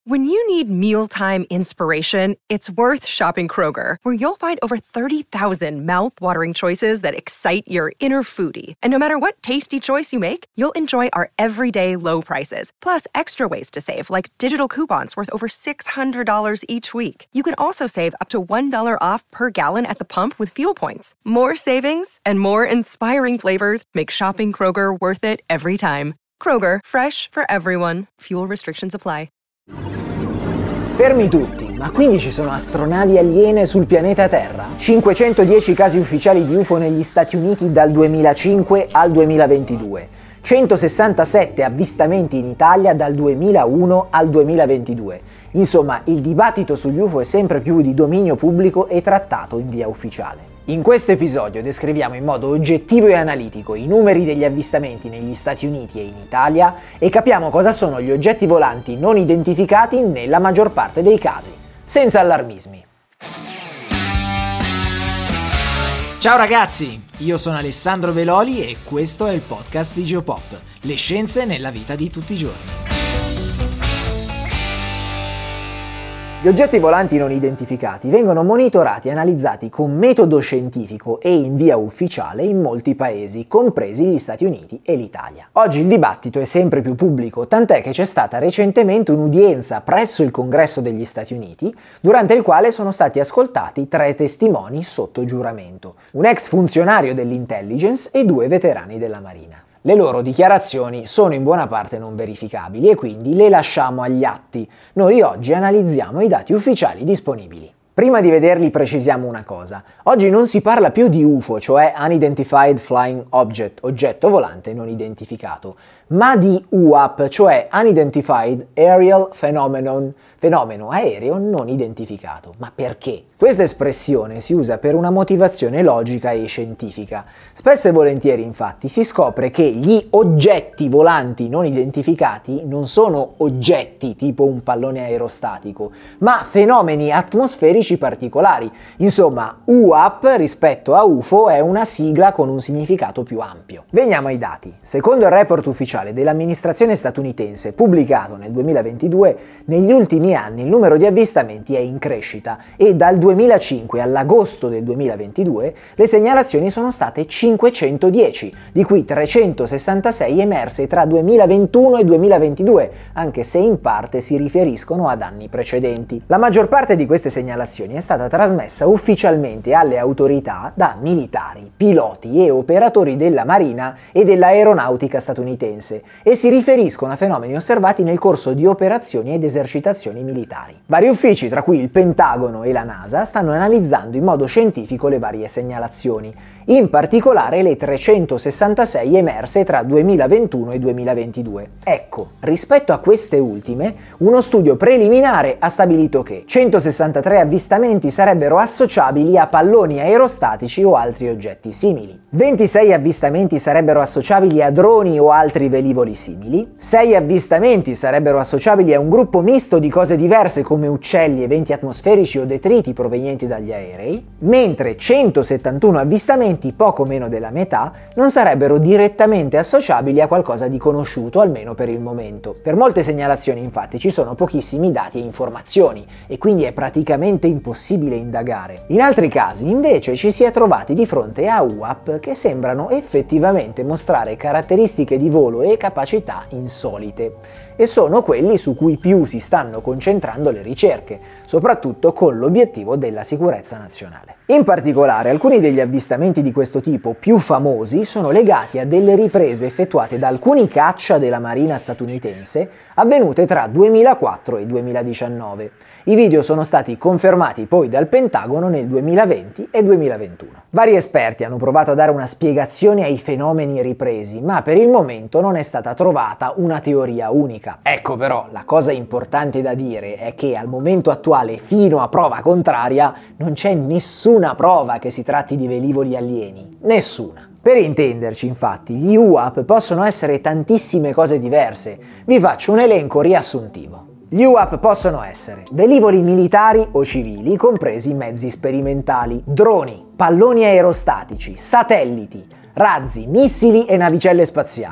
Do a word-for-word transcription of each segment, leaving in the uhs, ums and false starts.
When you need mealtime inspiration, it's worth shopping Kroger, where you'll find over thirty thousand mouth-watering choices that excite your inner foodie. And no matter what tasty choice you make, you'll enjoy our everyday low prices, plus extra ways to save, like digital coupons worth over six hundred dollars each week. You can also save up to one dollar off per gallon at the pump with fuel points. More savings and more inspiring flavors make shopping Kroger worth it every time. Kroger, fresh for everyone. Fuel restrictions apply. Fermi tutti, ma quindi ci sono astronavi aliene sul pianeta Terra? cinquecentodieci casi ufficiali di U F O negli Stati Uniti dal duemilacinque al duemilaventidue, centosessantasette avvistamenti in Italia dal duemilauno al duemilaventidue. Insomma, il dibattito sugli U F O è sempre più di dominio pubblico e trattato in via ufficiale. In questo episodio descriviamo in modo oggettivo e analitico i numeri degli avvistamenti negli Stati Uniti e in Italia e capiamo cosa sono gli oggetti volanti non identificati nella maggior parte dei casi. Senza allarmismi. Ciao ragazzi, io sono Alessandro Beloli e questo è il podcast di Geopop, le scienze nella vita di tutti i giorni. Gli oggetti volanti non identificati vengono monitorati e analizzati con metodo scientifico e in via ufficiale in molti paesi, compresi gli Stati Uniti e l'Italia. Oggi il dibattito è sempre più pubblico, tant'è che c'è stata recentemente un'udienza presso il Congresso degli Stati Uniti, durante il quale sono stati ascoltati tre testimoni sotto giuramento, un ex funzionario dell'intelligence e due veterani della Marina. Le loro dichiarazioni sono in buona parte non verificabili e quindi le lasciamo agli atti. Noi oggi analizziamo i dati ufficiali disponibili. Prima di vederli precisiamo una cosa. Oggi non si parla più di U F O, cioè Unidentified Flying Object, oggetto volante non identificato, ma di U A P, cioè Unidentified Aerial Phenomenon, fenomeno aereo non identificato. Ma perché? Questa espressione si usa per una motivazione logica e scientifica. Spesso e volentieri, infatti, si scopre che gli oggetti volanti non identificati non sono oggetti tipo un pallone aerostatico, ma fenomeni atmosferici particolari. Insomma, U A P rispetto a U F O è una sigla con un significato più ampio. Veniamo ai dati. Secondo il report ufficiale dell'amministrazione statunitense pubblicato nel duemilaventidue, negli ultimi anni il numero di avvistamenti è in crescita e dal duemilacinque all'agosto del duemilaventidue le segnalazioni sono state cinquecentodieci, di cui trecentosessantasei emerse tra duemilaventuno e duemilaventidue, anche se in parte si riferiscono ad anni precedenti. La maggior parte di queste segnalazioni è stata trasmessa ufficialmente alle autorità da militari, piloti e operatori della Marina e dell'aeronautica statunitense e si riferiscono a fenomeni osservati nel corso di operazioni ed esercitazioni militari. Vari uffici, tra cui il Pentagono e la NASA, stanno analizzando in modo scientifico le varie segnalazioni, in particolare le trecentosessantasei emerse tra duemilaventuno e duemilaventidue. Ecco, rispetto a queste ultime, uno studio preliminare ha stabilito che centosessantatré avvistamenti sarebbero associabili a palloni aerostatici o altri oggetti simili, ventisei avvistamenti sarebbero associabili a droni o altri velivoli simili, sei avvistamenti sarebbero associabili a un gruppo misto di cose diverse come uccelli, eventi atmosferici o detriti provenienti dagli aerei, mentre centosettantuno avvistamenti, poco meno della metà, non sarebbero direttamente associabili a qualcosa di conosciuto, almeno per il momento. Per molte segnalazioni, infatti, ci sono pochissimi dati e informazioni e quindi è praticamente impossibile indagare. In altri casi, invece, ci si è trovati di fronte a U A P che sembrano effettivamente mostrare caratteristiche di volo e capacità insolite, e sono quelli su cui più si stanno concentrando le ricerche, soprattutto con l'obiettivo della sicurezza nazionale. In particolare, alcuni degli avvistamenti di questo tipo più famosi sono legati a delle riprese effettuate da alcuni caccia della Marina statunitense avvenute tra duemilaquattro e duemiladiciannove. I video sono stati confermati poi dal Pentagono nel duemilaventi e duemilaventuno. Vari esperti hanno provato a dare una spiegazione ai fenomeni ripresi, ma per il momento non è stata trovata una teoria unica. Ecco però, la cosa importante da dire è che al momento attuale, fino a prova contraria, non c'è nessuna prova che si tratti di velivoli alieni. Nessuna. Per intenderci, infatti, gli U A P possono essere tantissime cose diverse. Vi faccio un elenco riassuntivo. Gli U A P possono essere velivoli militari o civili, compresi mezzi sperimentali, droni, palloni aerostatici, satelliti, razzi, missili e navicelle spaziali.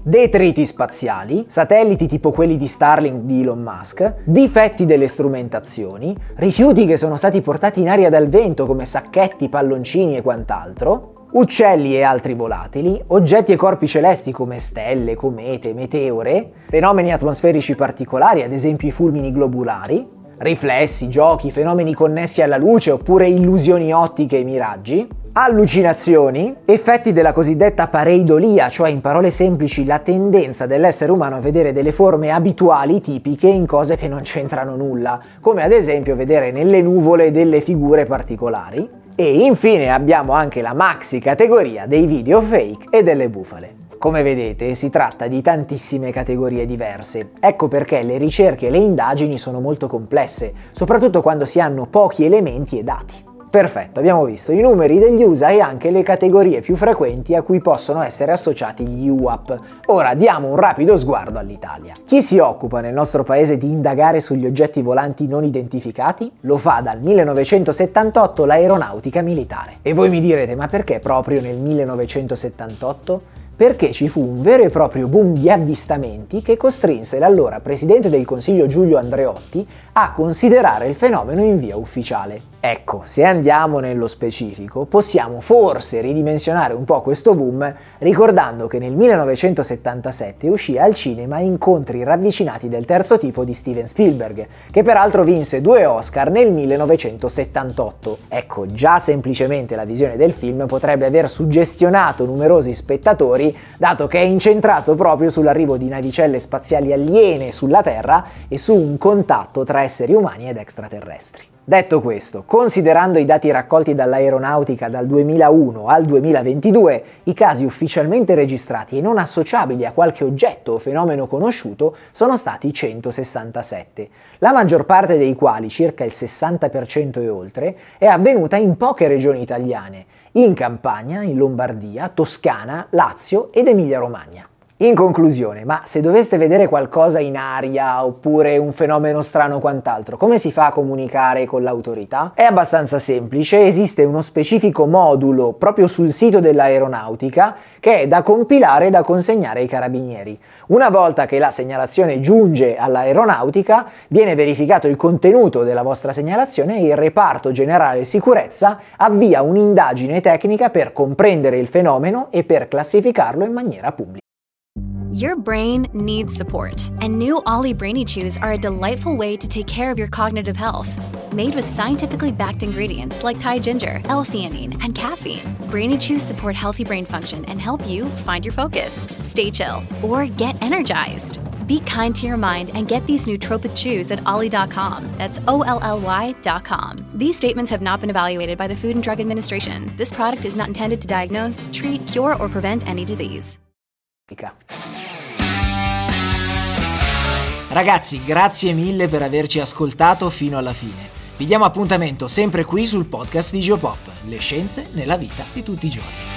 detriti spaziali, satelliti tipo quelli di Starlink di Elon Musk, difetti delle strumentazioni, rifiuti che sono stati portati in aria dal vento come sacchetti, palloncini e quant'altro, uccelli e altri volatili, oggetti e corpi celesti come stelle, comete, meteore, fenomeni atmosferici particolari, ad esempio i fulmini globulari, riflessi, giochi, fenomeni connessi alla luce oppure illusioni ottiche e miraggi, allucinazioni, effetti della cosiddetta pareidolia, cioè in parole semplici la tendenza dell'essere umano a vedere delle forme abituali tipiche in cose che non c'entrano nulla, come ad esempio vedere nelle nuvole delle figure particolari. E infine abbiamo anche la maxi categoria dei video fake e delle bufale. Come vedete, si tratta di tantissime categorie diverse, ecco perché le ricerche e le indagini sono molto complesse, soprattutto quando si hanno pochi elementi e dati. Perfetto, abbiamo visto i numeri degli U S A e anche le categorie più frequenti a cui possono essere associati gli U A P. Ora diamo un rapido sguardo all'Italia. Chi si occupa nel nostro paese di indagare sugli oggetti volanti non identificati? Lo fa dal millenovecentosettantotto l'Aeronautica Militare. E voi mi direte, ma perché proprio nel millenovecentosettantotto? Perché ci fu un vero e proprio boom di avvistamenti che costrinse l'allora Presidente del Consiglio Giulio Andreotti a considerare il fenomeno in via ufficiale. Ecco, se andiamo nello specifico, possiamo forse ridimensionare un po' questo boom ricordando che nel millenovecentosettantasette uscì al cinema Incontri ravvicinati del terzo tipo di Steven Spielberg, che peraltro vinse due Oscar nel millenovecentosettantotto. Ecco, già semplicemente la visione del film potrebbe aver suggestionato numerosi spettatori, dato che è incentrato proprio sull'arrivo di navicelle spaziali aliene sulla Terra e su un contatto tra esseri umani ed extraterrestri. Detto questo, considerando i dati raccolti dall'aeronautica dal duemilauno al duemilaventidue, i casi ufficialmente registrati e non associabili a qualche oggetto o fenomeno conosciuto sono stati centosessantasette, la maggior parte dei quali, circa il sessanta per cento e oltre, è avvenuta in poche regioni italiane, in Campania, in Lombardia, Toscana, Lazio ed Emilia-Romagna. In conclusione, ma se doveste vedere qualcosa in aria oppure un fenomeno strano o quant'altro, come si fa a comunicare con l'autorità? È abbastanza semplice, esiste uno specifico modulo proprio sul sito dell'aeronautica che è da compilare e da consegnare ai carabinieri. Una volta che la segnalazione giunge all'aeronautica, viene verificato il contenuto della vostra segnalazione e il reparto generale sicurezza avvia un'indagine tecnica per comprendere il fenomeno e per classificarlo in maniera pubblica. Your brain needs support, and new Ollie Brainy Chews are a delightful way to take care of your cognitive health. Made with scientifically backed ingredients like Thai ginger, L-theanine, and caffeine, Brainy Chews support healthy brain function and help you find your focus, stay chill, or get energized. Be kind to your mind and get these nootropic chews at ollie dot com. That's O L L Y dot com. These statements have not been evaluated by the Food and Drug Administration. This product is not intended to diagnose, treat, cure, or prevent any disease. Ragazzi, grazie mille per averci ascoltato fino alla fine. Vi diamo appuntamento sempre qui sul podcast di Geopop, le scienze nella vita di tutti i giorni.